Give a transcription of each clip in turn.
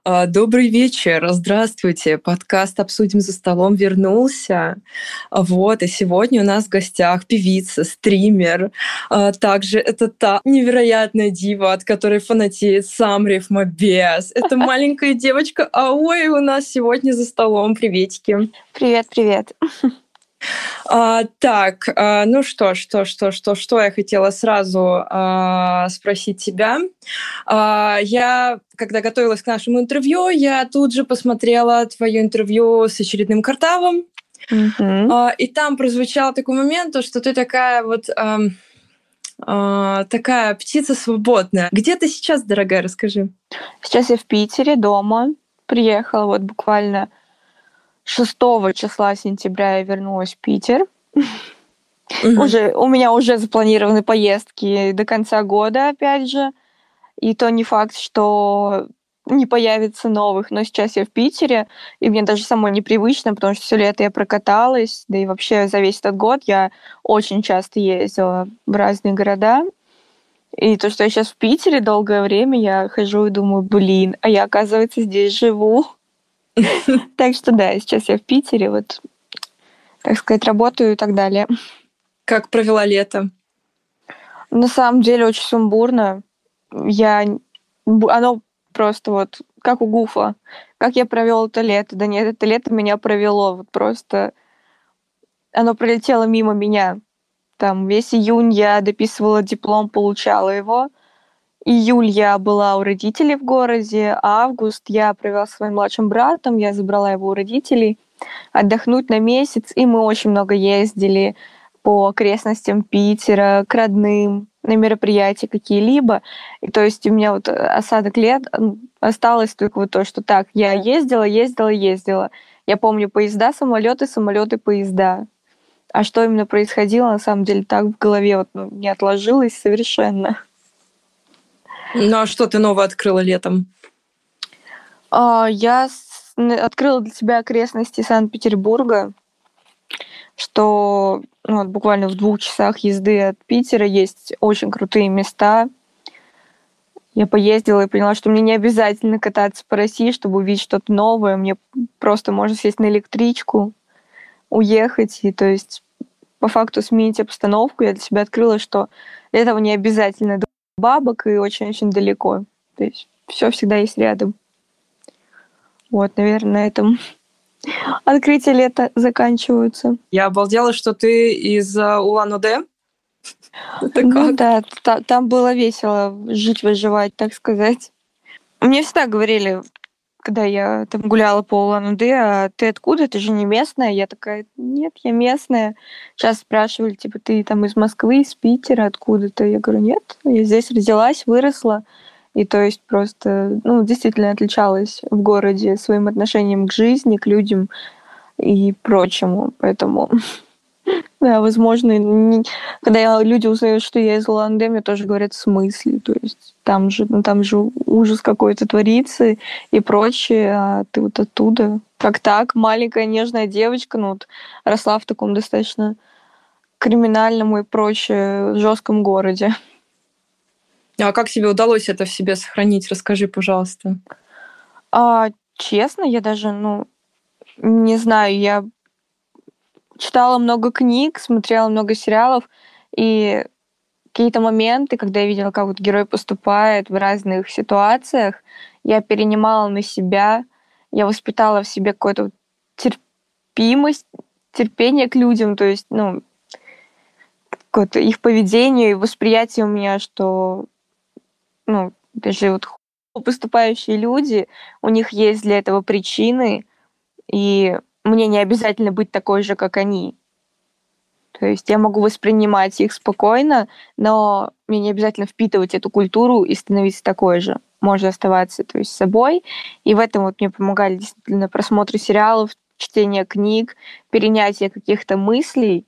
Добрый вечер, здравствуйте. Подкаст «Обсудим за столом» вернулся. И сегодня у нас в гостях певица, стример. Также это та невероятная дива, от которой фанатеет сам Рифмабес. Это маленькая девочка Ауэ у нас сегодня за столом. Приветики. Привет. Ну что я хотела сразу спросить тебя. Я, когда готовилась к нашему интервью, я тут же посмотрела твое интервью с очередным Картавом, и там прозвучал такой момент, что ты такая такая птица свободная. Где ты сейчас, дорогая, расскажи? Сейчас я в Питере, дома. Приехала буквально 6 числа сентября я вернулась в Питер. У меня уже запланированы поездки до конца года, опять же. И то не факт, что не появится новых, но сейчас я в Питере, и мне даже самой непривычно, потому что все лето я прокаталась, да и вообще за весь этот год я очень часто ездила в разные города. И то, что я сейчас в Питере долгое время, я хожу и думаю, а я, оказывается, здесь живу. Так что да, сейчас я в Питере, так сказать, работаю и так далее. Как провела лето? На самом деле очень сумбурно. Оно просто как у Гуфа. Как я провел это лето? Да нет, это лето меня провело. Просто оно пролетело мимо меня. Там весь июнь я дописывала диплом, получала его. Июль я была у родителей в городе, а август я провела со своим младшим братом, я забрала его у родителей отдохнуть на месяц, и мы очень много ездили по окрестностям Питера, к родным, на мероприятия какие-либо. И то есть у меня осадок лет осталось только то, что так, я ездила. Я помню поезда, самолеты, поезда. А что именно происходило, на самом деле, так в голове не отложилось совершенно. Ну а что ты новое открыла летом? Я открыла для себя окрестности Санкт-Петербурга, что буквально в 2 часах езды от Питера есть очень крутые места. Я поездила и поняла, что мне не обязательно кататься по России, чтобы увидеть что-то новое. Мне просто можно сесть на электричку, уехать, и то есть по факту сменить обстановку. Я для себя открыла, что для этого не обязательно до бабок и очень-очень далеко. То есть все всегда есть рядом. Наверное, на этом открытия лета заканчиваются. Я обалдела, что ты из Улан-Удэ. Да, там было весело жить, выживать, так сказать. Мне всегда говорили, когда я там гуляла по Улан-Удэ: а ты откуда? Ты же не местная. Я такая: нет, я местная. Сейчас спрашивали, ты там из Москвы, из Питера, откуда-то? Я говорю: нет, я здесь родилась, выросла. И то есть просто, действительно отличалась в городе своим отношением к жизни, к людям и прочему. Поэтому, да, возможно, когда люди узнают, что я из Улан-Удэ, мне тоже говорят: в смысле? То есть там же ужас какой-то творится и прочее, а ты оттуда. Как так? Маленькая нежная девочка, росла в таком достаточно криминальном и прочее жестком городе. А как тебе удалось это в себе сохранить? Расскажи, пожалуйста. Честно, я даже, не знаю, я читала много книг, смотрела много сериалов, и какие-то моменты, когда я видела, как герой поступает в разных ситуациях, я перенимала на себя, я воспитала в себе какую-то терпимость, терпение к людям, то есть, какое-то их поведение и восприятие у меня, что, даже поступающие люди, у них есть для этого причины, и мне не обязательно быть такой же, как они. То есть я могу воспринимать их спокойно, но мне не обязательно впитывать эту культуру и становиться такой же. Можно оставаться, то есть, собой. И в этом мне помогали действительно просмотры сериалов, чтение книг, перенятие каких-то мыслей,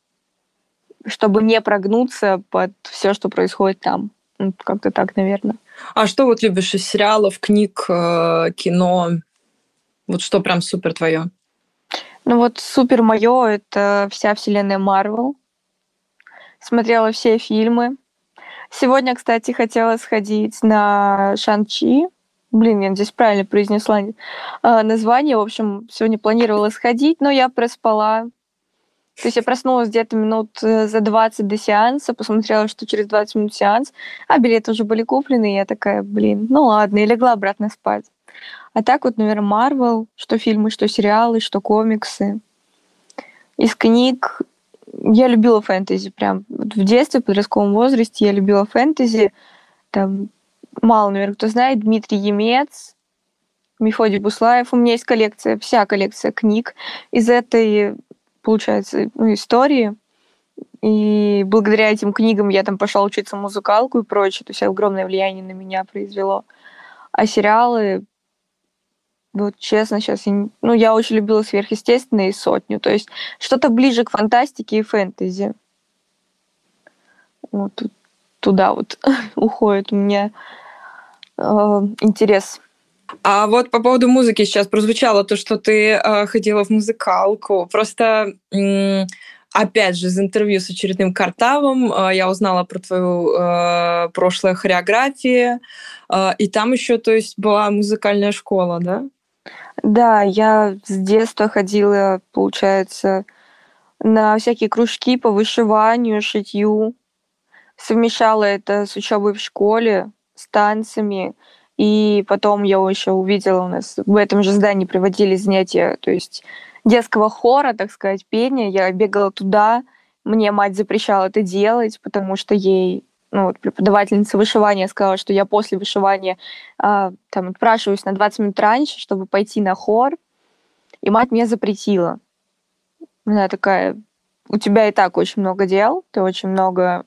чтобы не прогнуться под все, что происходит там. Как-то так, наверное. А что любишь из сериалов, книг, кино? Что прям супер твое? Супер моё — это вся вселенная Марвел. Смотрела все фильмы. Сегодня, кстати, хотела сходить на Шан-Чи, Блин, я здесь правильно произнесла название. В общем, сегодня планировала сходить, но я проспала. То есть я проснулась где-то минут за 20 до сеанса, посмотрела, что через 20 минут сеанс, а билеты уже были куплены, и я такая, блин, ну ладно, и легла обратно спать. А так вот, наверное, Марвел, что фильмы, что сериалы, что комиксы. Из книг я любила фэнтези прям. Вот в детстве, в подростковом возрасте я любила фэнтези. Там мало, наверное, кто знает, Дмитрий Емец, Мефодий Буслаев. У меня есть коллекция, вся коллекция книг из этой, получается, ну, истории. И благодаря этим книгам я там пошла учиться музыкалку и прочее. То есть огромное влияние на меня произвело. А сериалы, вот честно, сейчас я очень любила «Сверхъестественное» и «Сотню». То есть что-то ближе к фантастике и фэнтези. Вот туда вот уходит у меня интерес. А вот по поводу музыки сейчас прозвучало то, что ты ходила в музыкалку. Просто, опять же, из интервью с очередным Картавым я узнала про твою прошлое хореографии. И там еще, то есть, была музыкальная школа, да? Да, я с детства ходила, получается, на всякие кружки по вышиванию, шитью. Совмещала это с учебой в школе, с танцами. И потом я еще увидела, у нас в этом же здании проводили занятия, то есть детского хора, так сказать, пения. Я бегала туда, мне мать запрещала это делать, потому что ей, ну, вот преподавательница вышивания сказала, что я после вышивания там отпрашиваюсь на 20 минут раньше, чтобы пойти на хор, и мать мне запретила. Она такая: у тебя и так очень много дел, ты очень много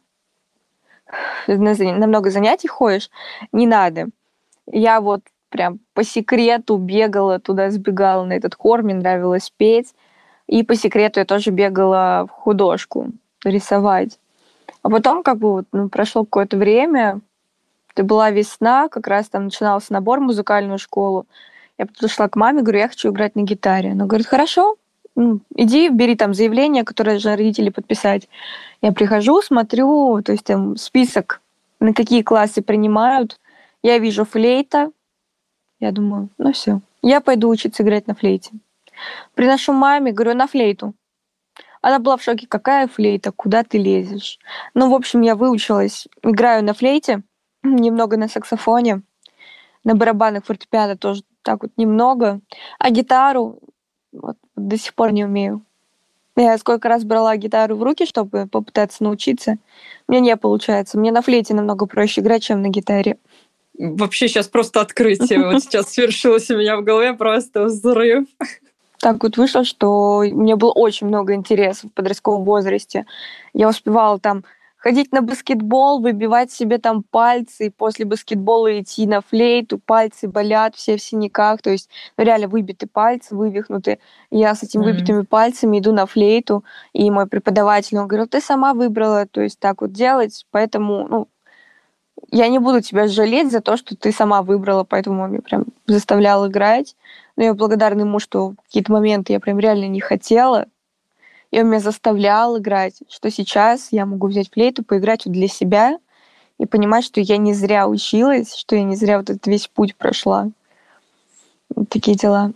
на много занятий ходишь, не надо. Я вот прям по секрету бегала туда, сбегала на этот хор, мне нравилось петь. И по секрету я тоже бегала в художку рисовать. А потом как бы вот, прошло какое-то время, это была весна, как раз там начинался набор в музыкальную школу. Я подошла к маме, говорю, я хочу играть на гитаре. Она говорит, хорошо, иди, бери там заявление, которое должны родители подписать. Я прихожу, смотрю, то есть там список, на какие классы принимают. Я вижу флейта. Я думаю, ну все, я пойду учиться играть на флейте. Приношу маме, говорю, на флейту. Она была в шоке, какая флейта, куда ты лезешь? Ну, в общем, я выучилась, играю на флейте, немного на саксофоне, на барабанах, фортепиано тоже так вот немного, а гитару вот, до сих пор не умею. Я сколько раз брала гитару в руки, чтобы попытаться научиться, мне не получается. Мне на флейте намного проще играть, чем на гитаре. Вообще сейчас просто открытие. Вот сейчас свершилось у меня в голове просто взрыв. Так вот вышло, что у меня было очень много интересов в подростковом возрасте. Я успевала там ходить на баскетбол, выбивать себе там пальцы, и после баскетбола идти на флейту, пальцы болят, все в синяках, то есть реально выбиты пальцы, вывихнуты. Я с этими выбитыми пальцами иду на флейту, и мой преподаватель, он говорил, ты сама выбрала, то есть так вот делать, поэтому, я не буду тебя жалеть за то, что ты сама выбрала, поэтому он меня прям заставлял играть. Но я благодарна ему, что в какие-то моменты я прям реально не хотела, и он меня заставлял играть, что сейчас я могу взять флейту, поиграть вот для себя и понимать, что я не зря училась, что я не зря вот этот весь путь прошла. Вот такие дела.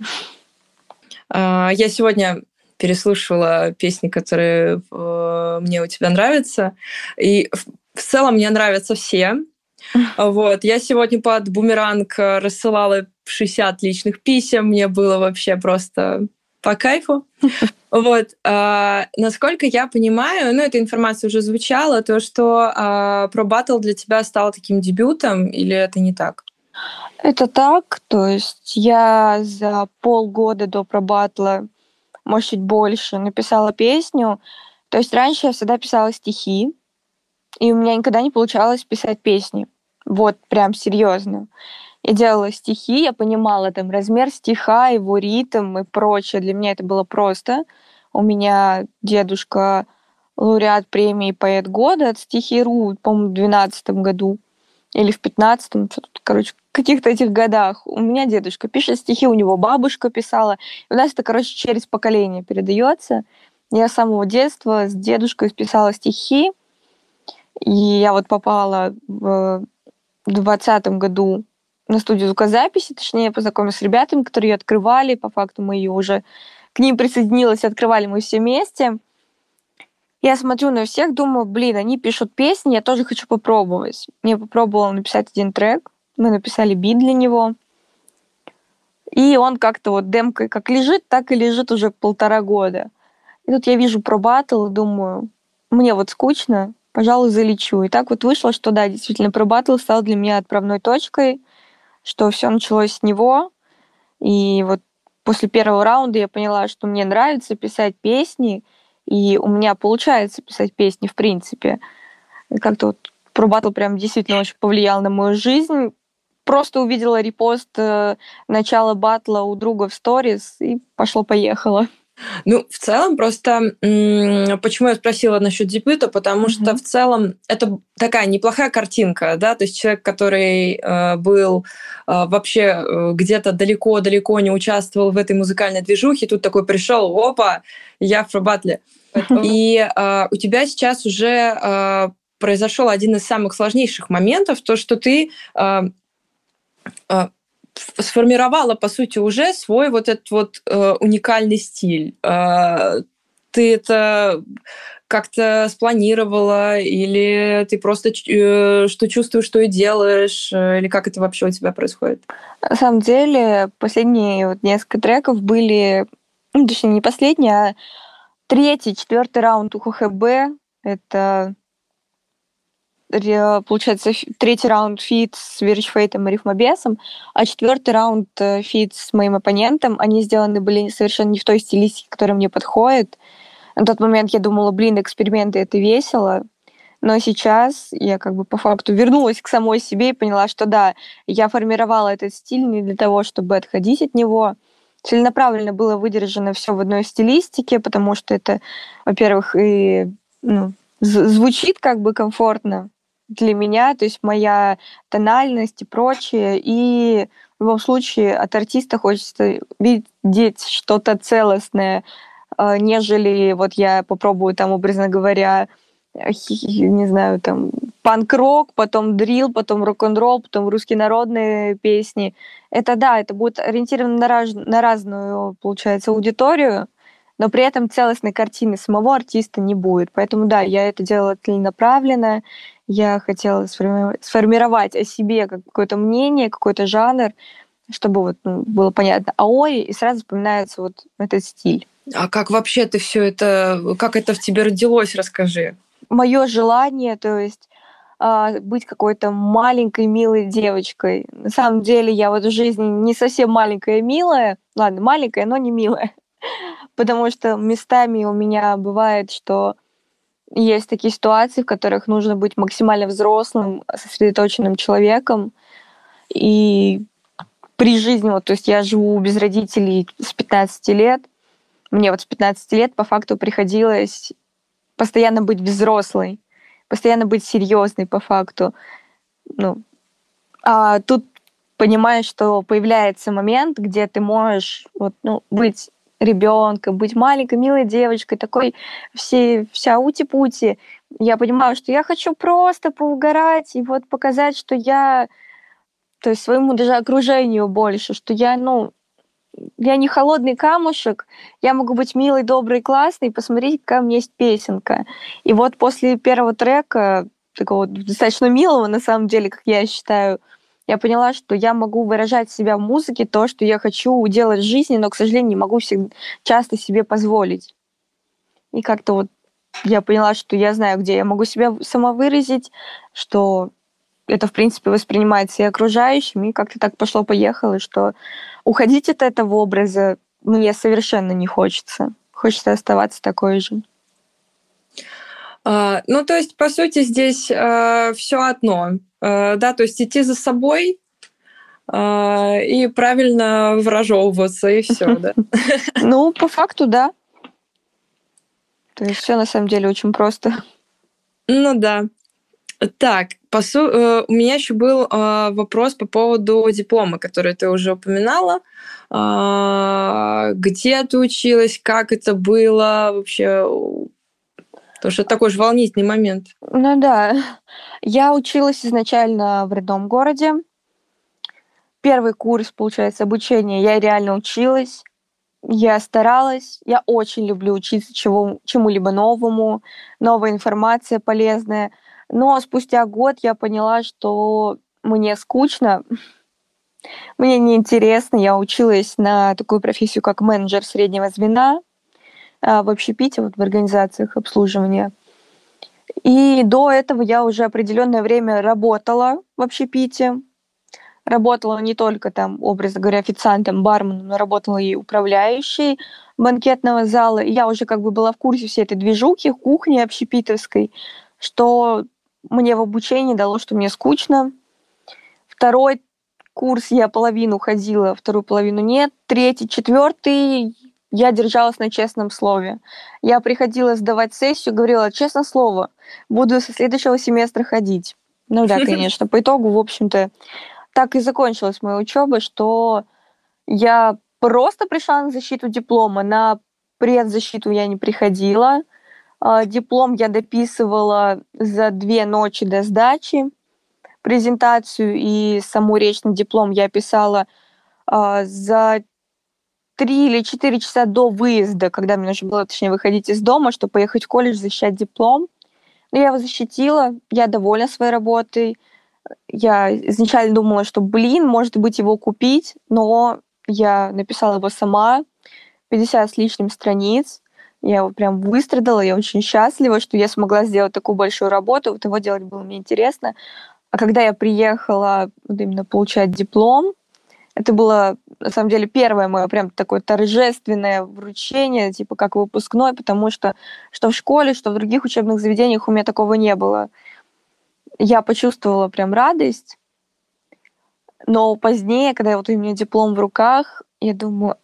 Я сегодня переслушивала песни, которые мне у тебя нравятся, и в целом мне нравятся все. Вот. Я сегодня под бумеранг рассылала 60 личных писем, мне было вообще просто по кайфу. Вот. Насколько я понимаю, эта информация уже звучала, то, что про батл для тебя стал таким дебютом, или это не так? Это так, то есть я за полгода до пробатла, может, чуть больше, написала песню. То есть раньше я всегда писала стихи, и у меня никогда не получалось писать песни. Вот прям серьезно. Я делала стихи, я понимала там размер стиха, его ритм и прочее. Для меня это было просто. У меня дедушка лауреат премии «Поэт года» от Стихи.ру, по-моему, в 2012 году или в 2015, что-то, короче, в каких-то этих годах. У меня дедушка пишет стихи, у него бабушка писала. И у нас это, короче, через поколение передается. Я с самого детства с дедушкой писала стихи, и я вот попала в 2020 году на студию звукозаписи, точнее, познакомилась с ребятами, которые ее открывали. По факту мы ее уже к ним присоединилась, открывали мы все вместе. Я смотрю на всех, думаю, блин, они пишут песни, я тоже хочу попробовать. Я попробовала написать один трек, мы написали бит для него. И он как-то вот демкой как лежит, так и лежит уже 1,5 года. И тут я вижу про баттл и думаю, мне вот скучно, пожалуй, залечу. И так вот вышло, что да, действительно, про баттл стал для меня отправной точкой, что все началось с него. И вот после первого раунда я поняла, что мне нравится писать песни, и у меня получается писать песни в принципе. И как-то вот про баттл прям действительно очень повлиял на мою жизнь. Просто увидела репост начала батла у друга в сторис и пошло-поехало. Ну, в целом, просто почему я спросила насчет дебюта, потому что в целом это такая неплохая картинка, да, то есть человек, который был вообще где-то далеко-далеко не участвовал в этой музыкальной движухе, тут такой пришел, опа, я в пробатле. И у тебя сейчас уже произошел один из самых сложнейших моментов, то, что ты сформировала, по сути, уже свой вот этот вот уникальный стиль. Ты это как-то спланировала, или ты просто что чувствуешь, что и делаешь, или как это вообще у тебя происходит? На самом деле, последние вот несколько треков были, ну, точнее, не последние, а 3-й, 4-й раунд УХХБ. Это получается, 3-й раунд фит с Вирчфейтом и Рифмобесом, а 4-й раунд фит с моим оппонентом. Они сделаны были совершенно не в той стилистике, которая мне подходит. На тот момент я думала, блин, эксперименты — это весело. Но сейчас я как бы по факту вернулась к самой себе и поняла, что да, я формировала этот стиль не для того, чтобы отходить от него. Целенаправленно было выдержано все в одной стилистике, потому что это, во-первых, и звучит как бы комфортно для меня, то есть моя тональность и прочее. И в любом случае от артиста хочется видеть что-то целостное, нежели вот я попробую там, образно говоря, не знаю, там, панк-рок, потом дрил, потом рок-н-ролл, потом русские народные песни. Это да, это будет ориентировано на разную, получается, аудиторию, но при этом целостной картины самого артиста не будет. Поэтому да, я это делала целенаправленно, я хотела сформировать о себе какое-то мнение, какой-то жанр, чтобы вот было понятно ой, и сразу вспоминается вот этот стиль. А как вообще ты все это, как это в тебе родилось, расскажи. Мое желание, то есть быть какой-то маленькой милой девочкой. На самом деле я вот в жизни не совсем маленькая и милая. Ладно, маленькая, но не милая. Потому что местами у меня бывает, что есть такие ситуации, в которых нужно быть максимально взрослым, сосредоточенным человеком. И при жизни, вот, то есть я живу без родителей с 15 лет. Мне вот с 15 лет по факту приходилось постоянно быть взрослой, постоянно быть серьезной по факту. Ну, а тут понимаешь, что появляется момент, где ты можешь вот, быть ребенком, быть маленькой, милой девочкой, такой вся ути-пути. Я понимаю, что я хочу просто поугарать и вот показать, что я, то есть своему даже окружению больше, что я не холодный камушек, я могу быть милой, доброй, классной, посмотрите, какая у меня есть песенка. И вот после первого трека, такого достаточно милого, на самом деле, как я считаю, я поняла, что я могу выражать себя в музыке, то, что я хочу делать в жизни, но, к сожалению, не могу часто себе позволить. И как-то вот я поняла, что я знаю, где я могу себя самовыразить, что это, в принципе, воспринимается и окружающими, и как-то так пошло-поехало, что уходить от этого образа мне совершенно не хочется. Хочется оставаться такой же. Ну, то есть, по сути, здесь все одно. Да, то есть идти за собой и правильно выражевываться, и все, да? Ну, по факту, да. То есть все на самом деле очень просто. Ну да. Так, у меня еще был вопрос по поводу диплома, который ты уже упоминала. Где ты училась, как это было вообще? Потому что это такой же волнительный момент. Ну да. Я училась изначально в родном городе. первый курс, получается, обучения я реально училась, я старалась, я очень люблю учиться чему-либо новому, новая информация полезная. Но спустя год я поняла, что мне скучно, мне неинтересно. Я училась на такую профессию, как менеджер среднего звена в общепите, вот в организациях обслуживания. И до этого я уже определенное время работала в общепите. Работала не только там, образно говоря, официантом, барменом, но работала и управляющей банкетного зала. И я уже как бы была в курсе всей этой движухи, кухни общепитовской, что мне в обучении дало, что мне скучно. Второй курс я половину ходила, вторую половину нет. Третий, четвертый я держалась на честном слове. Я приходила сдавать сессию, говорила, честное слово, буду со следующего семестра ходить. Ну да, конечно. По итогу, в общем-то, так и закончилась моя учеба, что я просто пришла на защиту диплома, на предзащиту я не приходила. Диплом я дописывала за 2 ночи до сдачи. Презентацию и саму речь на диплом я писала за 3 или 4 часа до выезда, когда мне нужно было, точнее, выходить из дома, чтобы поехать в колледж защищать диплом. Но я его защитила, я довольна своей работой. Я изначально думала, что, может быть, его купить, но я написала его сама, 50 с лишним страниц. Я его прям выстрадала, я очень счастлива, что я смогла сделать такую большую работу. Вот его делать было мне интересно. А когда я приехала вот именно получать диплом, это было, на самом деле, первое мое прям такое торжественное вручение, типа как выпускной, потому что в школе, что в других учебных заведениях у меня такого не было. Я почувствовала прям радость, но позднее, когда вот у меня диплом в руках, я думаю,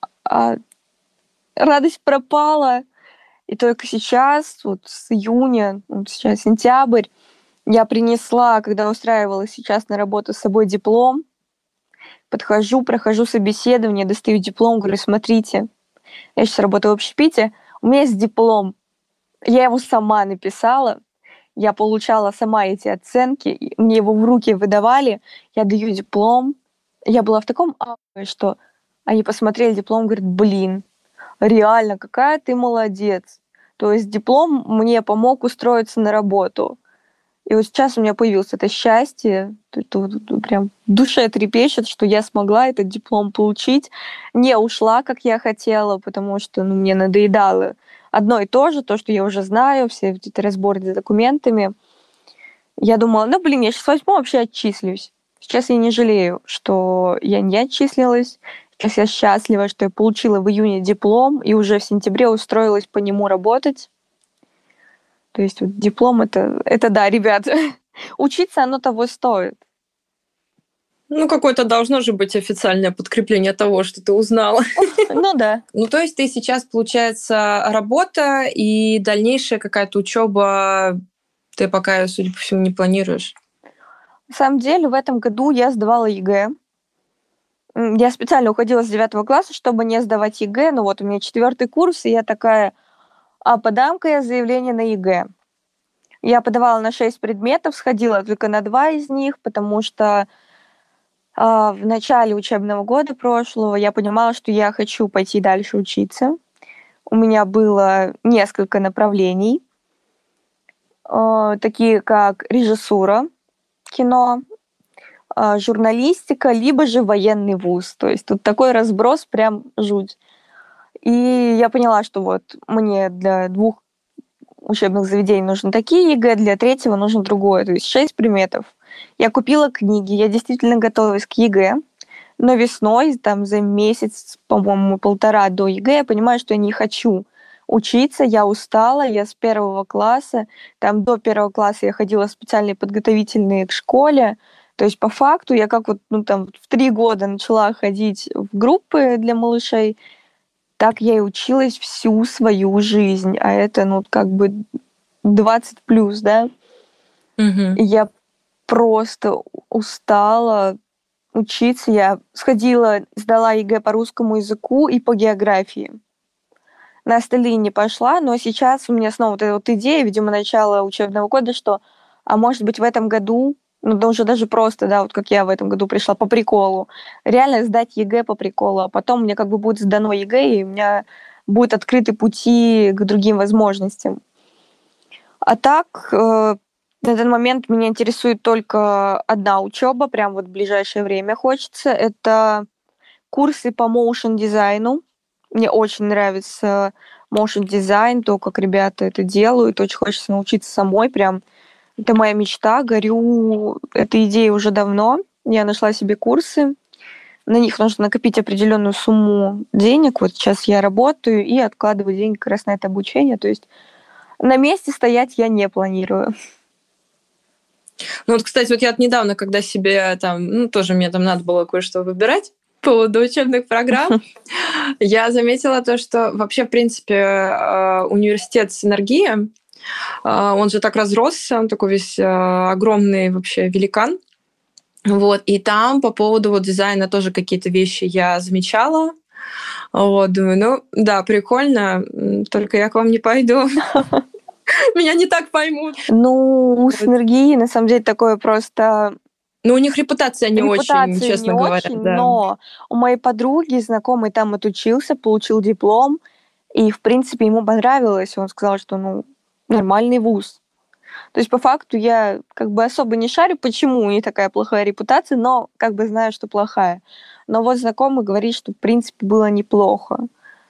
радость пропала. И только сейчас, вот с июня, вот сейчас сентябрь, я принесла, когда устраивалась сейчас на работу, с собой диплом, подхожу, прохожу собеседование, достаю диплом, говорю, смотрите, я сейчас работаю в общепите, у меня есть диплом, я его сама написала, я получала сама эти оценки, мне его в руки выдавали, я даю диплом, я была в таком что они посмотрели диплом, говорят, блин, реально, какая ты молодец. То есть диплом мне помог устроиться на работу. И вот сейчас у меня появилось это счастье, это прям в душе трепещет, что я смогла этот диплом получить, не ушла, как я хотела, потому что мне надоедало одно и то же, то, что я уже знаю, все эти разборы с документами. Я думала, я сейчас возьму, вообще отчислюсь. Сейчас я не жалею, что я не отчислилась. Сейчас я счастлива, что я получила в июне диплом и уже в сентябре устроилась по нему работать. То есть вот диплом это да, ребят, учиться оно того стоит. Какое-то должно же быть официальное подкрепление того, что ты узнала. Ну да. То есть ты сейчас, получается, работа и дальнейшая какая-то учеба, ты пока, судя по всему, не планируешь? На самом деле в этом году я сдавала ЕГЭ. Я специально уходила с 9 класса, чтобы не сдавать ЕГЭ. Но вот у меня 4-й курс, и я такая, подам-ка я заявление на ЕГЭ. Я подавала на 6 предметов, сходила только на 2 из них, потому что в начале учебного года прошлого я понимала, что я хочу пойти дальше учиться. У меня было несколько направлений, такие как режиссура кино, журналистика, либо же военный вуз. То есть тут такой разброс, прям жуть. И я поняла, что вот мне для 2 учебных заведений нужны такие ЕГЭ, для 3-го нужно другое. То есть 6 предметов. Я купила книги, я действительно готовилась к ЕГЭ, но весной, там за месяц, по-моему, 1,5 до ЕГЭ, я понимаю, что я не хочу учиться, я устала, я с 1 класса, там до 1 класса я ходила в специальные подготовительные к школе, то есть по факту я как в 3 года начала ходить в группы для малышей, так я и училась всю свою жизнь, а это, 20+, да? Угу. И я просто устала учиться. Я сходила, сдала ЕГЭ по русскому языку и по географии. На остальные не пошла, но сейчас у меня снова вот эта вот идея, видимо, начала учебного года, что, может быть, в этом году Ну, да уже даже просто, да, вот как я в этом году пришла по приколу. Реально сдать ЕГЭ по приколу, а потом мне как бы будет сдано ЕГЭ, и у меня будут открыты пути к другим возможностям. А так, на данный момент меня интересует только одна учеба, прям вот в ближайшее время хочется. Это курсы по моушн-дизайну. Мне очень нравится моушн-дизайн, то, как ребята это делают. Очень хочется научиться самой. Прям это моя мечта. Горю этой идеей уже давно. Я нашла себе курсы. На них нужно накопить определенную сумму денег. Вот сейчас я работаю и откладываю деньги как раз на это обучение. То есть на месте стоять я не планирую. Ну вот, кстати, вот я недавно, когда себе там, ну тоже мне там надо было кое-что выбирать по поводу учебных программ, я заметила то, что вообще, в принципе, университет «Синергия», он же так разросся, он такой весь огромный вообще великан. Вот, и там по поводу вот дизайна тоже какие-то вещи я замечала. Вот, думаю, ну да, прикольно, только я к вам не пойду. Меня не так поймут. Ну, у «Синергии» на самом деле такое просто... Ну, у них репутация не очень, Репутация не честно говоря, очень, да. но у моей подруги знакомый там отучился, получил диплом, и, в принципе, ему понравилось. Он сказал, что, ну, нормальный вуз. То есть, по факту, я как бы особо не шарю, почему у них такая плохая репутация, но как бы знаю, что плохая. Но вот знакомый говорит, что, в принципе, было неплохо.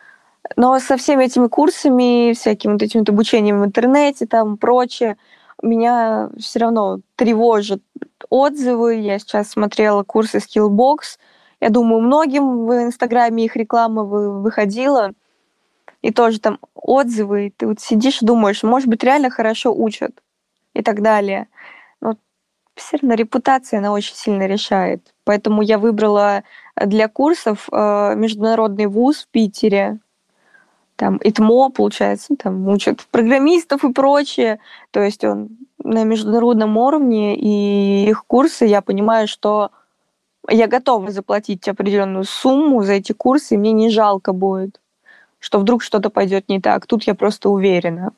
Но со всеми этими курсами, всяким вот этим вот обучением в интернете, там прочее, меня все равно тревожат отзывы. Я сейчас смотрела курсы Skillbox. Я думаю, многим в Инстаграме их реклама выходила. И тоже там отзывы. И ты вот сидишь и думаешь, может быть, реально хорошо учат и так далее. Но все равно репутация, она очень сильно решает. Поэтому я выбрала для курсов международный вуз в Питере. Там ИТМО, получается, там учат программистов и прочее. То есть он на международном уровне, и их курсы, я понимаю, что я готова заплатить определенную сумму за эти курсы, и мне не жалко будет, что вдруг что-то пойдет не так. Тут я просто уверена.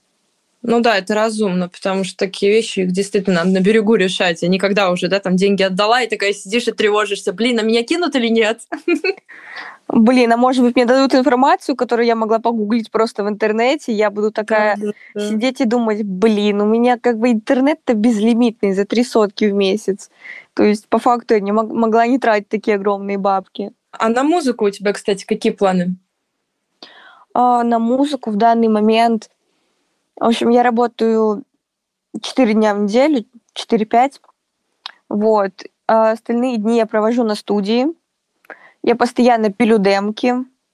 Ну да, это разумно, потому что такие вещи, их действительно надо на берегу решать, а не когда уже, да, там деньги отдала, и такая сидишь и тревожишься, блин, а меня кинут или нет? Блин, а может быть, мне дадут информацию, которую я могла погуглить просто в интернете, я буду такая Да. сидеть и думать, блин, у меня как бы интернет-то безлимитный за 3 сотки в месяц. То есть, по факту, я не могла не тратить такие огромные бабки. А на музыку у тебя, кстати, какие планы? На музыку в данный момент... В общем, я работаю 4 дня в неделю, 4-5. Вот. А остальные дни я провожу на студии. Я постоянно пилю демки.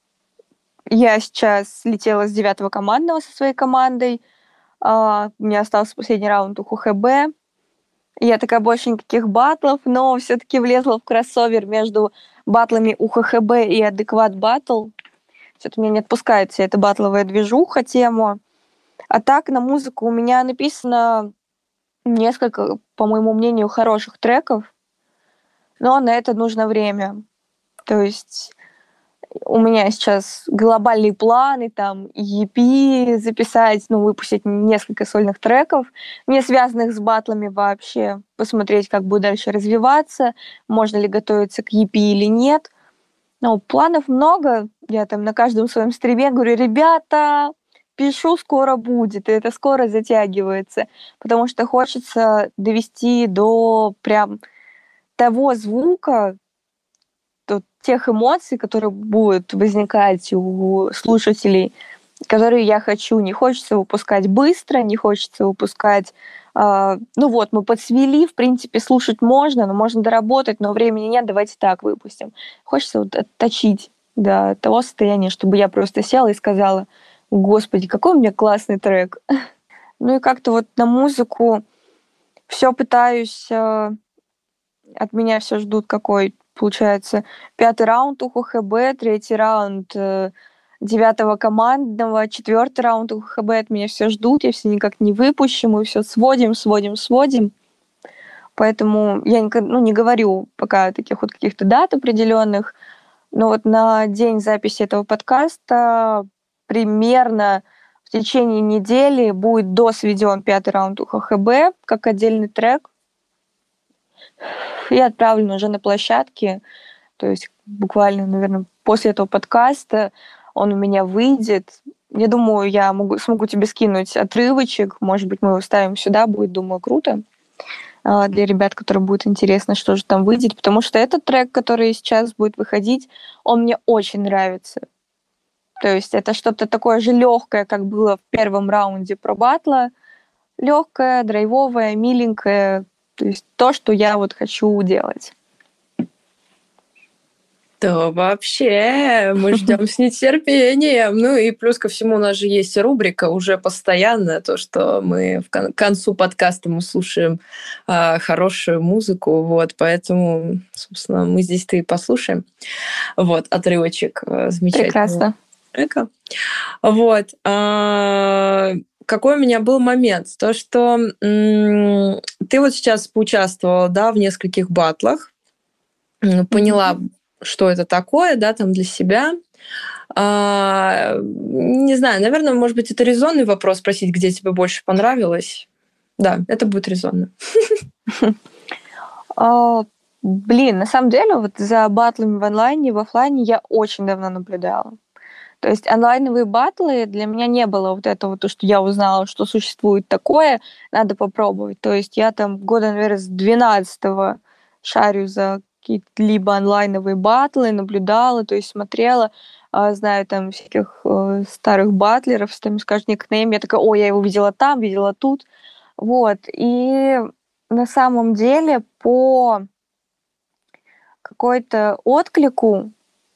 Я сейчас летела с 9-го командного со своей командой. У меня остался последний раунд у ХХБ. Я такая, больше никаких батлов, но все-таки влезла в кроссовер между батлами у ХХБ и Адекват Батл. Что-то меня не отпускает вся эта батловая движуха тема. А так, на музыку у меня написано несколько, по моему мнению, хороших треков, но на это нужно время. То есть у меня сейчас глобальные планы, там, EP записать, ну, выпустить несколько сольных треков, не связанных с батлами вообще, посмотреть, как будет дальше развиваться, можно ли готовиться к EP или нет. Ну, планов много, я там на каждом своем стриме говорю, ребята, пишу, скоро будет, и это скоро затягивается, потому что хочется довести до прям того звука, тех эмоций, которые будут возникать у слушателей, которые я хочу. Не хочется выпускать быстро, не хочется выпускать... ну вот, мы подсвели, в принципе, слушать можно, но можно доработать, но времени нет, давайте так выпустим. Хочется вот отточить до того состояния, чтобы я просто села и сказала, господи, какой у меня классный трек. Ну и как-то вот на музыку все пытаюсь... от меня все ждут какой, получается, 5-й раунд у ХХБ, 3-й раунд 9-го командного, 4-й раунд у ХХБ от меня все ждут, я все никак не выпущу, мы все сводим. Поэтому я не говорю пока таких вот каких-то дат определенных, но вот на день записи этого подкаста примерно в течение недели будет досведен 5-й раунд у ХХБ как отдельный трек. и отправлен уже на площадке. То есть буквально, наверное, после этого подкаста он у меня выйдет. Я думаю, я смогу тебе скинуть отрывочек. Может быть, мы его вставим сюда, будет, думаю, круто для ребят, которым будет интересно, что же там выйдет. Потому что этот трек, который сейчас будет выходить, он мне очень нравится. То есть это что-то такое же легкое, как было в первом раунде про батла. Легкое, драйвовое, миленькое. То есть то, что я вот хочу делать. То вообще мы ждем с нетерпением. Ну и плюс ко всему у нас же есть рубрика уже постоянная, то, что мы к концу подкаста мы слушаем хорошую музыку, вот, поэтому, собственно, мы здесь-то и послушаем. Вот, отрывочек замечательного трека. Вот. Какой у меня был момент? То, что ты вот сейчас поучаствовала, да, в нескольких батлах, поняла, что это такое, да, там для себя. Не знаю, наверное, может быть, это резонный вопрос спросить, где тебе больше понравилось. Да, это будет резонно. Блин, на самом деле, вот за батлами в онлайне и в офлайне я очень давно наблюдала. То есть онлайновые батлы для меня не было вот этого, то, что я узнала, что существует такое, надо попробовать. То есть я там года, наверное, с 12-го шарю за какие-либо онлайновые батлы, наблюдала, то есть смотрела, знаю там всяких старых батлеров, там скажешь никнейм, я такая, я его видела там, видела тут. Вот. И на самом деле по какой-то отклику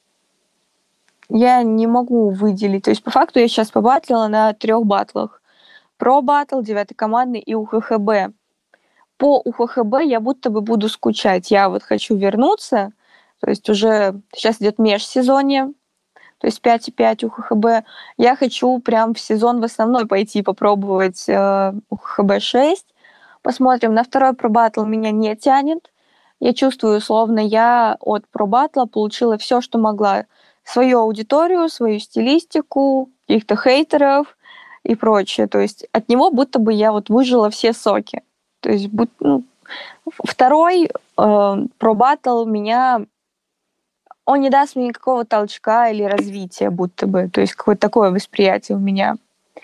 я не могу выделить. То есть по факту я сейчас побатлила на 3 батлах. Про батл, 9 командный и УХХБ. По УХХБ я будто бы буду скучать. Я вот хочу вернуться. То есть уже сейчас идет межсезонье, то есть 5,5 УХХБ. Я хочу прям в сезон в основной пойти попробовать УХХБ-6. Посмотрим. На второй пробатл меня не тянет. Я чувствую, словно я от пробатла получила все, что могла. Свою аудиторию, свою стилистику, каких-то хейтеров и прочее. То есть от него будто бы я вот выжила все соки. То есть второй пробатл меня... Он не даст мне никакого толчка или развития будто бы. То есть какое-то такое восприятие у меня.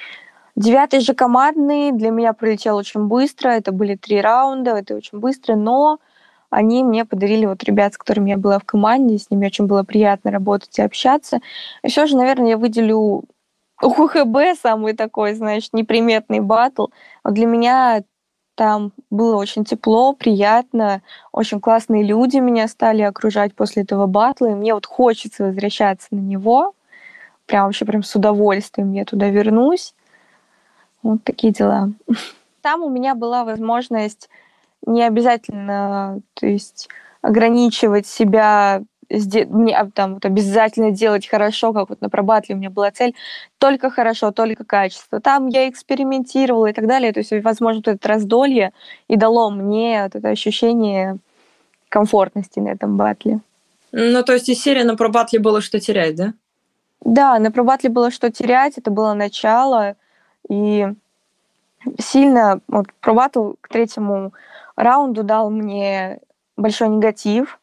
9 же командный для меня пролетел очень быстро. Это были 3 раунда, это очень быстро, но они мне подарили вот ребят, с которыми я была в команде, с ними очень было приятно работать и общаться. И все же, наверное, я выделю УХХБ, самый такой, знаешь, неприметный батл. Вот для меня там было очень тепло, приятно, очень классные люди меня стали окружать после этого батла, и мне вот хочется возвращаться на него. Прям вообще прям с удовольствием я туда вернусь. Вот такие дела. Там у меня была возможность не обязательно, то есть ограничивать себя, там вот обязательно делать хорошо, как вот на пробатле у меня была цель, только хорошо, только качество. Там я экспериментировала и так далее. То есть, возможно, вот это раздолье и дало мне вот это ощущение комфортности на этом батле. Ну, то есть из серии на пробатле было что терять, да? Да, на пробатле было что терять, это было начало, и сильно вот пробатл к 3-му раунду дал мне большой негатив.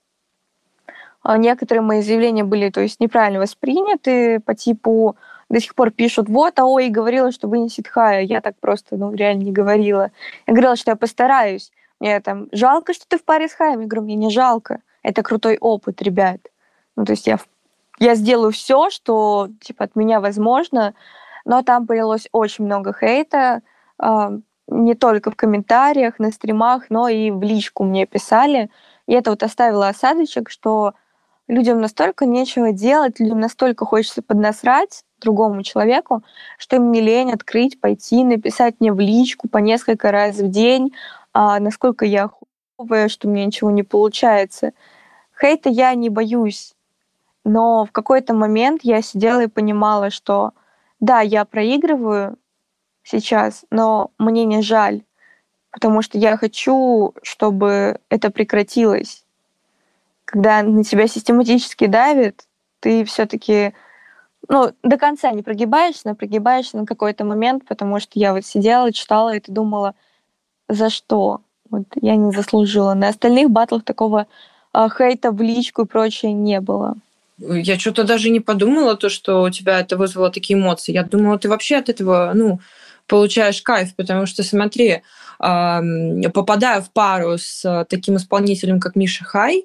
Некоторые мои заявления были, то есть, неправильно восприняты, по типу до сих пор пишут, вот, АОИ говорила, что вынесет Хая. Я так просто, реально не говорила. Я говорила, что я постараюсь. Мне там жалко, что ты в паре с Хаем. Я говорю, мне не жалко. Это крутой опыт, ребят. То есть я сделаю все, что типа от меня возможно, но там полилось очень много хейта, не только в комментариях, на стримах, но и в личку мне писали. И это вот оставило осадочек, что людям настолько нечего делать, людям настолько хочется поднасрать другому человеку, что им не лень открыть, пойти, написать мне в личку по несколько раз в день, насколько я хуевая, что мне ничего не получается. Хейта я не боюсь, но в какой-то момент я сидела и понимала, что да, я проигрываю сейчас, но мне не жаль, потому что я хочу, чтобы это прекратилось. Когда на тебя систематически давит, ты все-таки до конца не прогибаешься, но прогибаешься на какой-то момент, потому что я вот сидела, читала, и ты думала, за что? Вот я не заслужила. На остальных батлах такого хейта в личку и прочее не было. Я что-то даже не подумала, то, что у тебя это вызвало такие эмоции. Я думала, ты вообще от этого, получаешь кайф, потому что, смотри, попадая в пару с таким исполнителем, как Миша Хай,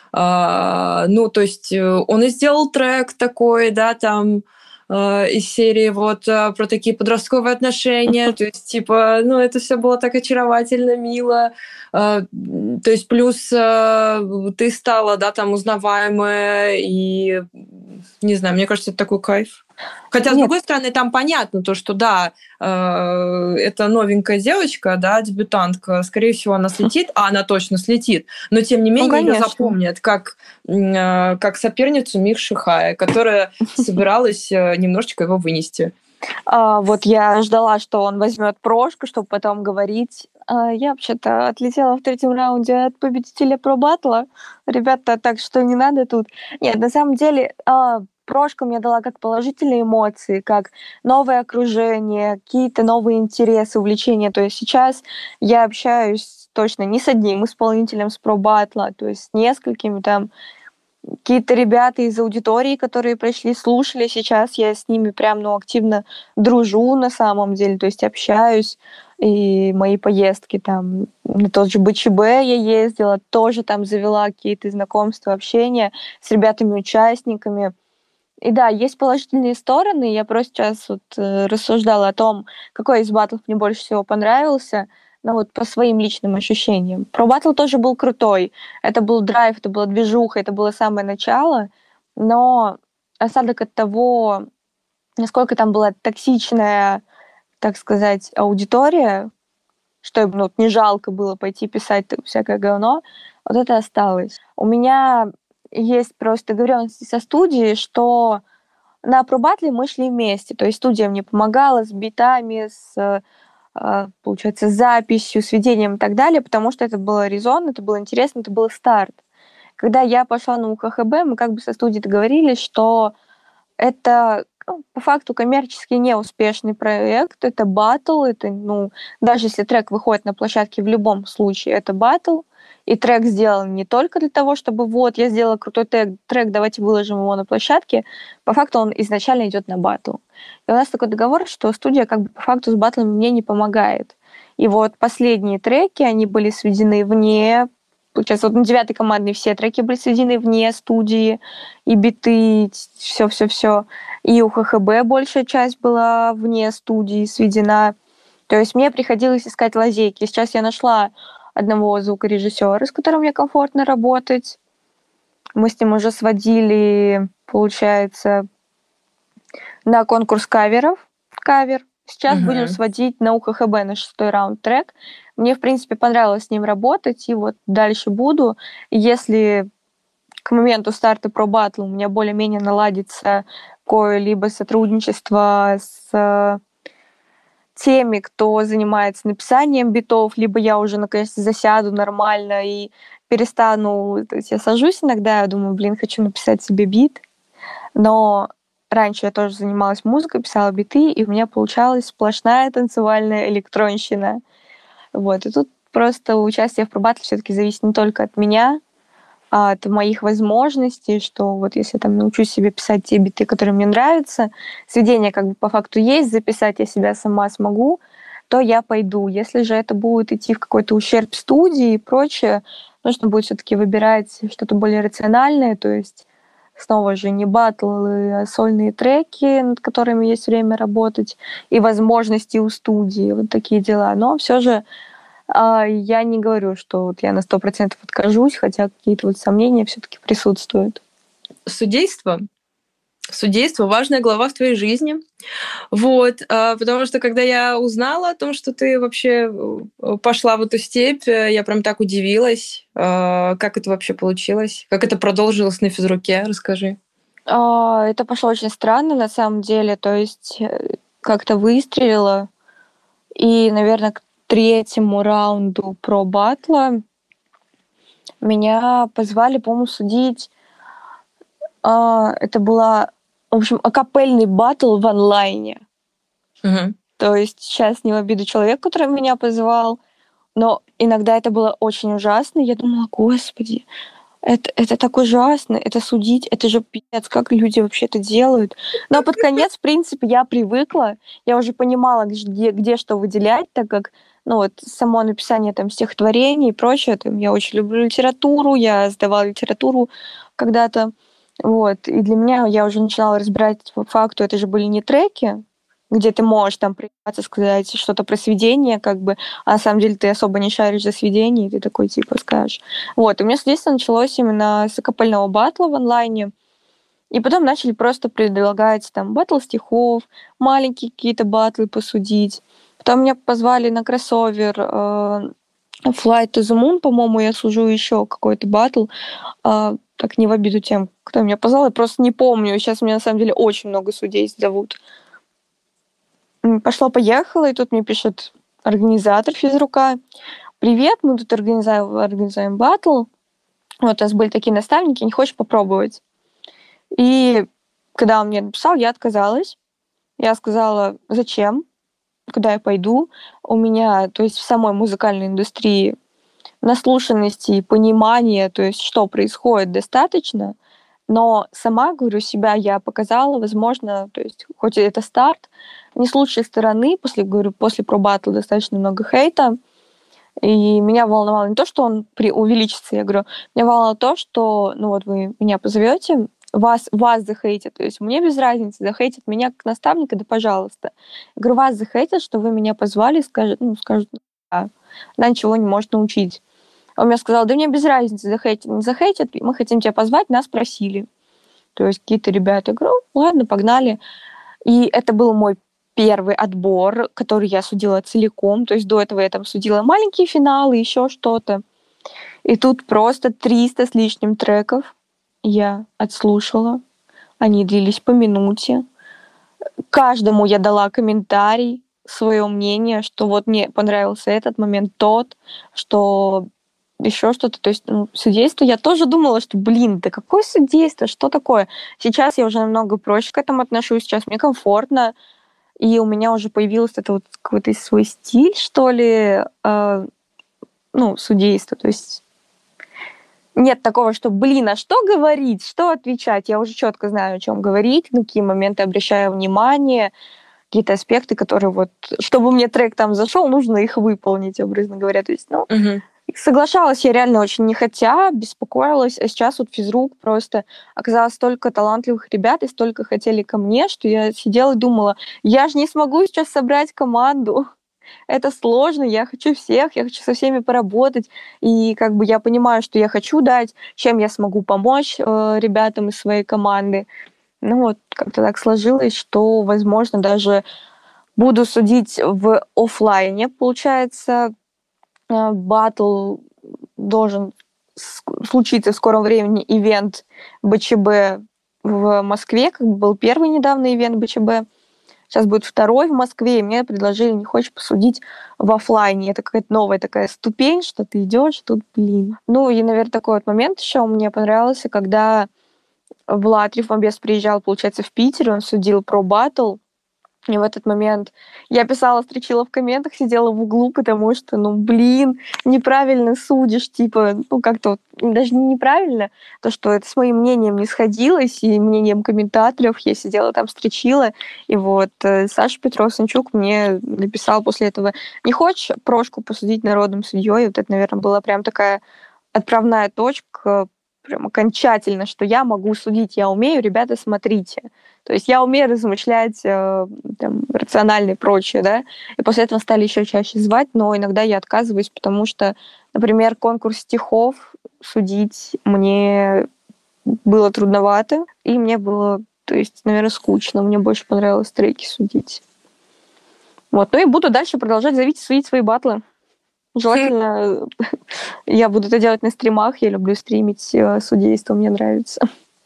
то есть он и сделал трек такой, да, там, из серии про такие подростковые отношения, то есть, типа, это все было так очаровательно, мило, то есть плюс ты стала, да, там, узнаваемая, и, не знаю, мне кажется, это такой кайф. Хотя, с другой стороны, там понятно то, что, да, это новенькая девочка, да, дебютантка, скорее всего, она слетит, а она точно слетит, но, тем не менее, ее запомнят как соперницу Миши Хая, которая собиралась немножечко его вынести. Вот я ждала, что он возьмет прошку, чтобы потом говорить. Я вообще-то отлетела в третьем раунде от победителя про-баттла. Ребята, так что не надо тут. Нет, на самом деле, прошка мне дала как положительные эмоции, как новое окружение, какие-то новые интересы, увлечения. То есть сейчас я общаюсь точно не с одним исполнителем с про-баттла, то есть с несколькими там, какие-то ребята из аудитории, которые пришли, слушали, сейчас я с ними прям, активно дружу на самом деле, то есть общаюсь, и мои поездки там на тот же БЧБ я ездила, тоже там завела какие-то знакомства, общения с ребятами-участниками. И да, есть положительные стороны, я просто сейчас рассуждала о том, какой из батлов мне больше всего понравился, по своим личным ощущениям. Про батл тоже был крутой. Это был драйв, это была движуха, это было самое начало. Но осадок от того, насколько там была токсичная, так сказать, аудитория, что им не жалко было пойти писать всякое говно, вот это осталось. У меня есть просто договоренности со студией, что на про-батле мы шли вместе. То есть студия мне помогала с битами, получается, с записью, с ведением и так далее, потому что это было резонно, это было интересно, это был старт. Когда я пошла на УХХБ, мы как бы со студией договорились, что это по факту коммерчески неуспешный проект, это батл, это, даже если трек выходит на площадке, в любом случае это батл, и трек сделан не только для того, чтобы я сделала крутой трек, давайте выложим его на площадке, по факту он изначально идет на батл. И у нас такой договор, что студия как бы по факту с батлами мне не помогает. И последние треки, они были сведены вне. Получается, на 9-й командной все треки были сведены вне студии, и биты, все. И у ХХБ большая часть была вне студии сведена. То есть мне приходилось искать лазейки. Сейчас я нашла одного звукорежиссера, с которым мне комфортно работать. Мы с ним уже сводили, получается, на конкурс кавер. Сейчас будем сводить на УХХБ на 6-й раунд трек. Мне, в принципе, понравилось с ним работать, и дальше буду. Если к моменту старта про батл у меня более-менее наладится какое-либо сотрудничество с теми, кто занимается написанием битов, либо я уже наконец-то засяду нормально и перестану... То есть я сажусь иногда, я думаю, хочу написать себе бит, но раньше я тоже занималась музыкой, писала биты, и у меня получалась сплошная танцевальная электронщина. И тут просто участие в пробатле все-таки зависит не только от меня, а от моих возможностей, что если я научусь себе писать те биты, которые мне нравятся, сведения как бы по факту есть, записать я себя сама смогу, то я пойду. Если же это будет идти в какой-то ущерб студии и прочее, нужно будет все-таки выбирать что-то более рациональное, то есть снова же не батлы, а сольные треки, над которыми есть время работать, и возможности у студии, такие дела. Но все же я не говорю, что я на 100% откажусь, хотя какие-то сомнения все-таки присутствуют. Судейство — важная глава в твоей жизни. Потому что когда я узнала о том, что ты вообще пошла в эту степь, я прям так удивилась. Как это вообще получилось? Как это продолжилось на физруке? Расскажи. Это пошло очень странно, на самом деле. То есть как-то выстрелило. И, наверное, к 3-му раунду про батла меня позвали, по-моему, судить. Это была, в общем, акапельный батл в онлайне. Угу. То есть сейчас не в обиду человек, который меня позвал, Но иногда это было очень ужасно. Я думала: "Господи, это так ужасно, это судить, это же пипец, как люди вообще это делают". Но под конец, в принципе, я привыкла, я уже понимала, где что выделять, так как, ну, вот само написание там стихотворений и прочее, там, я очень люблю литературу, я сдавала литературу когда-то, вот. И для меня я уже начинала разбирать по факту, это же были не треки, где ты можешь там признаться, сказать что-то про сведение, как бы, а на самом деле ты особо не шаришь за сведение, и ты такой типа скажешь. Вот, и у меня с детства началось именно с акапельного батла в онлайне, и потом начали просто предлагать там батл стихов, маленькие какие-то батлы посудить. Потом меня позвали на кроссовер Flight to the Moon, по-моему, я служу еще какой-то батл. Так не в обиду тем, кто меня позвал, я просто не помню. Сейчас меня на самом деле очень много судей зовут. Пошло-поехало, и тут мне пишет организатор физрука: "Привет, мы тут организуем батл. Вот у нас были такие наставники, не хочешь попробовать?" И когда он мне написал, я отказалась. Я сказала: "Зачем? Куда я пойду?" У меня, то есть в самой музыкальной индустрии наслушанности и понимания, то есть что происходит, достаточно. Но сама, говорю, себя я показала, возможно, то есть хоть и это старт, не с лучшей стороны. После про батл достаточно много хейта. И меня волновало не то, что он преувеличится, я говорю, меня волновало то, что, ну вот вы меня позовете, вас захейтят, то есть мне без разницы, захейтят меня как наставника, да пожалуйста. Я говорю, вас захейтят, что вы меня позвали, скажут, да, она ничего не может научить. Он мне сказал: "Да мне без разницы, захейтят, не захейтят, мы хотим тебя позвать, нас просили". То есть какие-то ребята. Я говорю: "Ладно, погнали". И это был мой первый отбор, который я судила целиком. То есть до этого я там судила маленькие финалы, еще что-то. И тут просто 300 с лишним треков я отслушала. Они длились по минуте. Каждому я дала комментарий, свое мнение, что вот мне понравился этот момент, тот, что еще что-то. То есть, судейство я тоже думала, что, блин, да какое судейство, что такое? Сейчас я уже намного проще к этому отношусь, сейчас мне комфортно, и у меня уже появился это вот какой-то свой стиль, что ли, судейства. То есть нет такого, что, блин, а что говорить, что отвечать? Я уже четко знаю, о чем говорить, на какие моменты обращаю внимание, какие-то аспекты, которые вот, чтобы мне трек там зашел, нужно их выполнить, образно говоря. То есть, соглашалась я реально очень нехотя, беспокоилась, а сейчас вот физрук просто оказалось столько талантливых ребят и столько хотели ко мне, что я сидела и думала, я же не смогу сейчас собрать команду, это сложно, я хочу всех, я хочу со всеми поработать, и как бы я понимаю, что я хочу дать, чем я смогу помочь ребятам из своей команды. Ну вот, как-то так сложилось, что, возможно, даже буду судить в оффлайне, получается. Батл должен случиться в скором времени, ивент БЧБ в Москве, как бы был первый недавно ивент БЧБ, сейчас будет второй в Москве, и мне предложили, не хочешь посудить в оффлайне. Это какая-то новая такая ступень, что ты идешь, тут, блин. Ну и, наверное, такой вот момент еще мне понравился, когда Влад Рифмабес приезжал, получается, в Питер, он судил про батл, и в этот момент я писала, строчила в комментах, сидела в углу, потому что, неправильно судишь, типа, как-то вот, даже не неправильно, то, что это с моим мнением не сходилось, и мнением комментаторов я сидела там, строчила, и вот Саша Петров-Санчук мне написал после этого, не хочешь Прошку посудить народным судьей? Вот это, наверное, была прям такая отправная точка, прям окончательно, что я могу судить, я умею, ребята, смотрите. То есть я умею размышлять рационально и прочее, да, и после этого стали еще чаще звать, но иногда я отказываюсь, потому что, например, конкурс стихов судить мне было трудновато, и мне было, то есть, наверное, скучно, мне больше понравилось треки судить. Вот, ну и буду дальше продолжать судить свои батлы. Желательно я буду это делать на стримах, я люблю стримить судейство, мне нравится.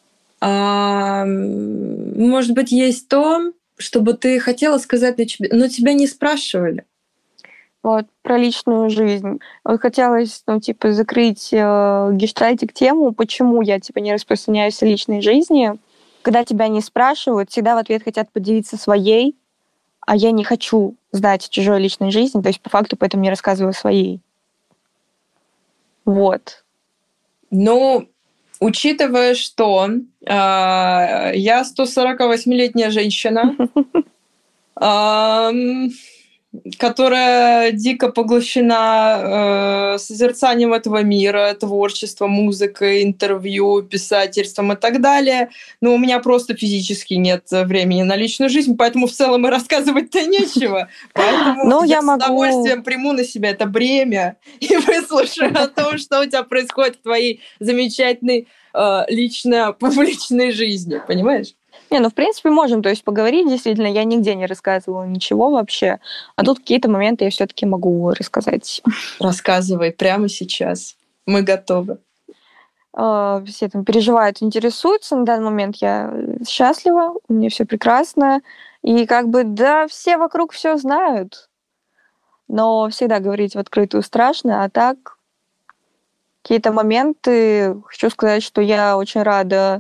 Может быть, есть то, что бы ты хотела сказать, но тебя не спрашивали? Вот, про личную жизнь. Вот хотелось, закрыть гештальтик тему, почему я, не распространяюсь о личной жизни. Когда тебя не спрашивают, всегда в ответ хотят поделиться своей, а я не хочу знать чужой личной жизни, то есть по факту поэтому не рассказываю о своей. Вот. Ну, учитывая, что я 148-летняя женщина, которая дико поглощена созерцанием этого мира, творчеством, музыкой, интервью, писательством и так далее. Но у меня просто физически нет времени на личную жизнь, поэтому в целом и рассказывать-то нечего. Поэтому я с удовольствием приму на себя это бремя и выслушаю о том, что у тебя происходит в твоей замечательной лично-публичной жизни, понимаешь? В принципе, можем, то есть поговорить, действительно, я нигде не рассказывала ничего вообще, а тут какие-то моменты я все-таки могу рассказать. Рассказывай прямо сейчас. Мы готовы. Все там переживают, интересуются. На данный момент я счастлива, у меня все прекрасно. И да, все вокруг все знают. Но всегда говорить в открытую страшно, а так какие-то моменты. Хочу сказать, что я очень рада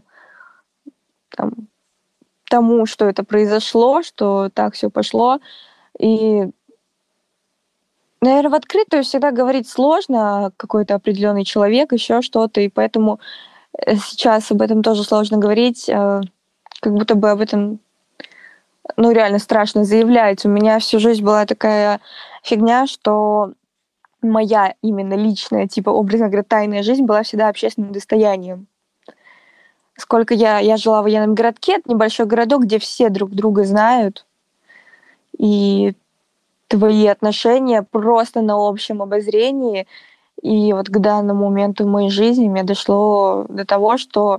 тому, что это произошло, что так все пошло. И, наверное, в открытую всегда говорить сложно, какой-то определенный человек, еще что-то, и поэтому сейчас об этом тоже сложно говорить, как будто бы об этом, реально страшно заявлять. У меня всю жизнь была такая фигня, что моя именно личная, образно говоря, тайная жизнь была всегда общественным достоянием. Сколько я жила в военном городке, это небольшой городок, где все друг друга знают, и твои отношения просто на общем обозрении. И вот к данному моменту в моей жизни мне дошло до того, что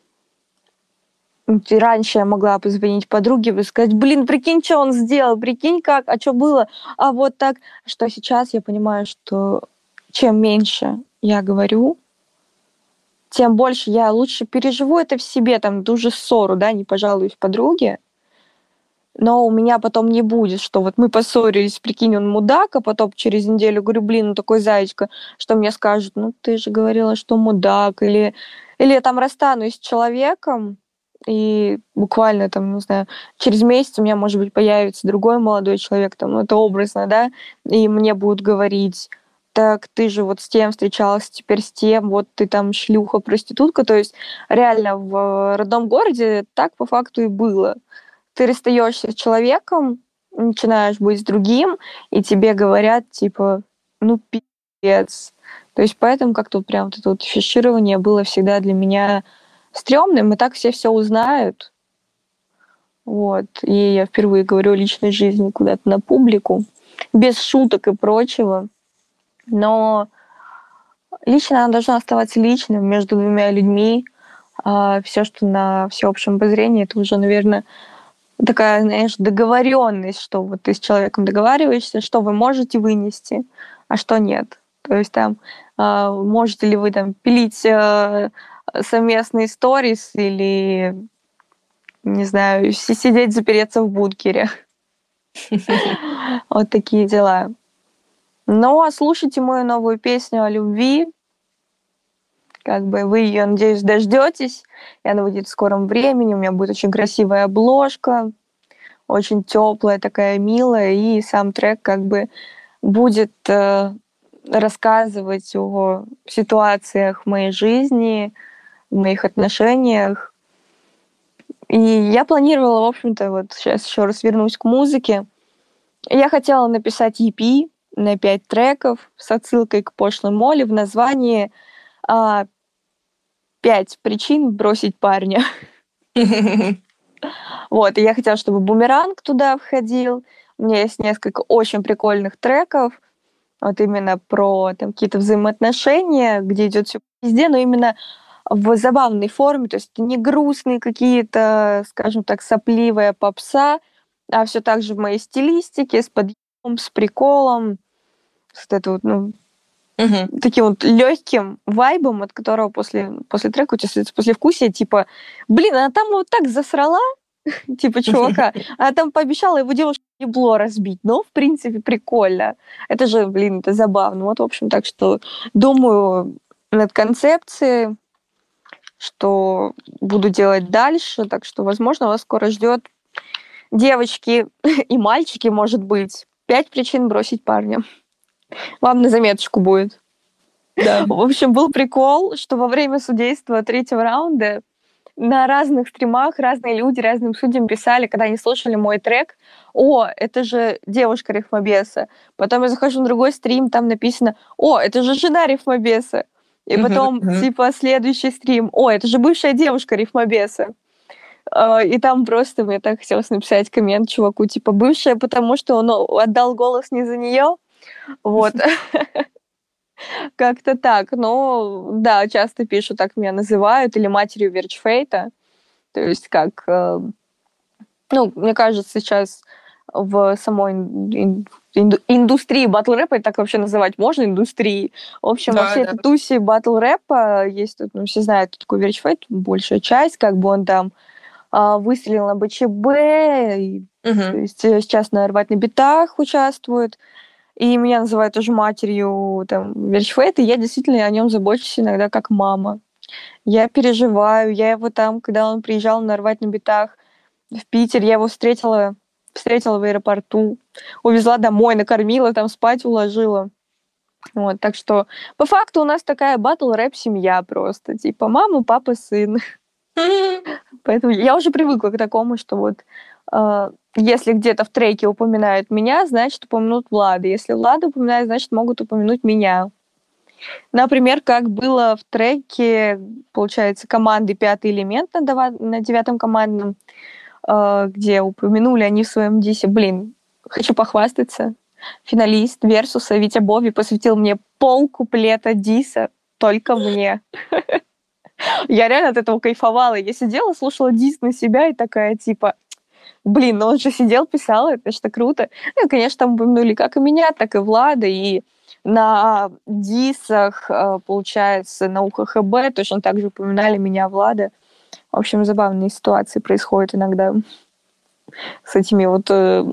раньше я могла позвонить подруге и сказать: блин, прикинь, что он сделал, прикинь как, а что было, а вот так. Что сейчас я понимаю, что чем меньше я говорю, тем больше я лучше переживу это в себе, ту же ссору, да, не пожалуюсь подруге, но у меня потом не будет, что вот мы поссорились, прикинь, он мудак, а потом через неделю говорю: блин, он такой зайчка, что мне скажут: ты же говорила, что мудак, или я расстанусь с человеком, и буквально не знаю, через месяц у меня, может быть, появится другой молодой человек, это образно, да, и мне будут говорить: так ты же вот с тем встречалась, теперь с тем, вот ты шлюха, проститутка. То есть реально в родном городе так по факту и было. Ты расстаешься с человеком, начинаешь быть с другим, и тебе говорят, пиздец. То есть поэтому как-то прям это вот фиширование было всегда для меня стрёмным, и так все узнают. Вот. И я впервые говорю о личной жизни куда-то на публику, без шуток и прочего. Но лично она должна оставаться личным между двумя людьми. А все, что на всеобщем обозрении, это уже, наверное, такая, знаешь, договоренность, что вот ты с человеком договариваешься, что вы можете вынести, а что нет. То есть можете ли вы пилить совместные сторис или, не знаю, сидеть, запереться в бункере. Вот такие дела. Но слушайте мою новую песню о любви. Вы ее, надеюсь, дождетесь. И она выйдет в скором времени. У меня будет очень красивая обложка, очень теплая, такая милая. И сам трек будет рассказывать о ситуациях в моей жизни, в моих отношениях. И я планировала, в общем-то, вот сейчас еще раз вернусь к музыке. Я хотела написать EP на 5 треков с отсылкой к пошлой Молли в названии 5 причин бросить парня. Вот, и я хотела, чтобы бумеранг туда входил. У меня есть несколько очень прикольных треков, вот именно про какие-то взаимоотношения, где идет все везде, но именно в забавной форме, то есть это не грустные какие-то, скажем так, сопливая попса, а все так же в моей стилистике, с подъемом, с приколом, с таким вот легким вайбом, от которого после трека у тебя остается послевкусие, блин, она там вот так засрала, чувака, а там пообещала его девушке ебло разбить. В принципе, прикольно. Это же, это забавно. Вот, в общем, так что думаю над концепцией, что буду делать дальше, так что, возможно, вас скоро ждет, девочки и мальчики, может быть, 5 причин бросить парня. Вам на заметочку будет. Да. В общем, был прикол, что во время судейства 3-го раунда на разных стримах разные люди разным судьям писали, когда они слушали мой трек: «О, это же девушка рифмобеса». Потом я захожу на другой стрим, там написано: «О, это же жена рифмобеса». И потом, типа, следующий стрим: «О, это же бывшая девушка рифмобеса». И там просто мне так хотелось написать коммент чуваку, типа, бывшая, потому что он отдал голос не за нее. Вот. Как-то так. Но да, часто пишут, так меня называют, или матерью Верчфейта. То есть как... мне кажется, сейчас в самой индустрии батл-рэпа, так вообще называть можно, индустрии. В общем, во всей этой тусе батл-рэпа есть, все знают, кто такой Верчфейт, большая часть, как бы он там выстрелил на БЧБ, то есть сейчас на «Рвать на битах» участвует. И меня называют тоже матерью Верчфейта, и я действительно о нем забочусь иногда как мама. Я переживаю, я его там, когда он приезжал на «Рвать на битах» в Питер, я его встретила в аэропорту, увезла домой, накормила, там спать уложила. Вот, так что по факту у нас такая батл-рэп-семья просто, типа мама, папа, сын. Поэтому я уже привыкла к такому, что вот если где-то в треке упоминают меня, значит, упомянут Влада. Если Влада упоминает, значит, могут упомянуть меня. Например, как было в треке, получается, команды «Пятый элемент» на 9-м командном, где упомянули они в своем дисе. Блин, хочу похвастаться. Финалист Версуса Витя Бови посвятил мне полкуплета диса только мне. Я реально от этого кайфовала. Я сидела, слушала дис на себя и такая, типа, блин, он же сидел, писал, это что круто. Ну, и, конечно, там упомянули как и меня, так и Влада, и на дисах, получается, на УХХБ точно так же упоминали меня, Влада. В общем, забавные ситуации происходят иногда с этими вот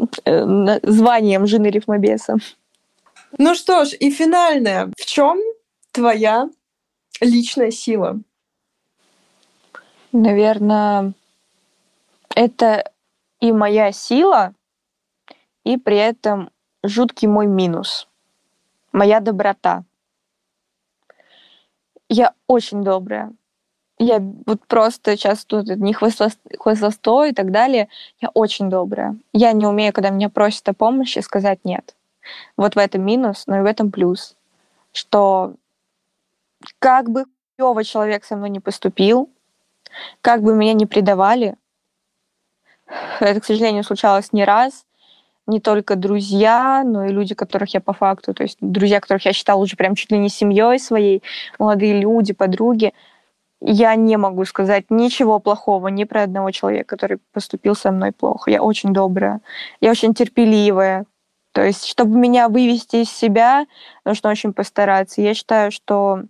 званием жены рифмобеса. Ну что ж, и финальное. В чем твоя личная сила? Наверное, это и моя сила, и при этом жуткий мой минус. Моя доброта. Я очень добрая. Я вот просто сейчас тут не хвастовство и так далее. Я очень добрая. Я не умею, когда меня просят о помощи, сказать нет. Вот в этом минус, но и в этом плюс. Что как бы хуёво человек со мной не поступил, как бы меня не предавали, это, к сожалению, случалось не раз, не только друзья, но и люди, которых я по факту, то есть друзья, которых я считала уже прям чуть ли не семьей своей, молодые люди, подруги, я не могу сказать ничего плохого ни про одного человека, который поступил со мной плохо. Я очень добрая, я очень терпеливая. То есть, чтобы меня вывести из себя, нужно очень постараться. Я считаю, что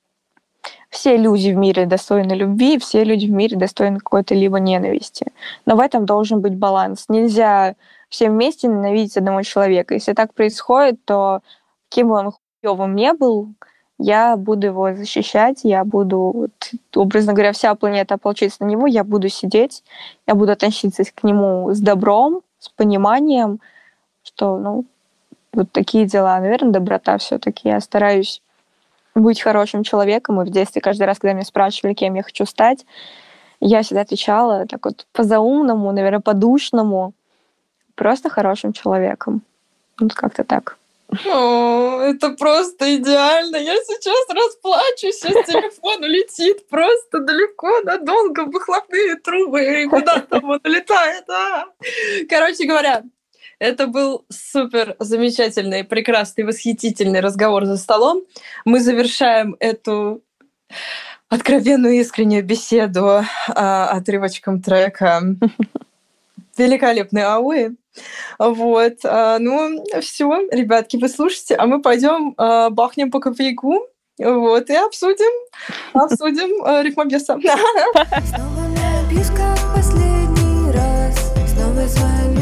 все люди в мире достойны любви, все люди в мире достойны какой-то либо ненависти. Но в этом должен быть баланс. Нельзя всем вместе ненавидеть одного человека. Если так происходит, то кем бы он хуёвым не был, я буду его защищать, я буду, образно говоря, вся планета ополчится на него, я буду сидеть, я буду относиться к нему с добром, с пониманием, что, вот такие дела. Наверное, доброта все-таки. Я стараюсь быть хорошим человеком, и в детстве каждый раз, когда меня спрашивали, кем я хочу стать, я всегда отвечала так вот по-заумному, наверное, по-душному, просто хорошим человеком. Вот как-то так. О, это просто идеально. Я сейчас расплачусь, сейчас телефон улетит просто далеко, надолго в выхлопные трубы, и куда там он улетает. Короче говоря, это был супер замечательный, прекрасный, восхитительный разговор за столом. Мы завершаем эту откровенную искреннюю беседу отрывочком трека «Великолепный Ауи». Вот. Все, ребятки, вы слушайте, а мы пойдем бахнем по кофейку, вот, и обсудим рифмобеса. Снова написка в последний раз, снова звоню.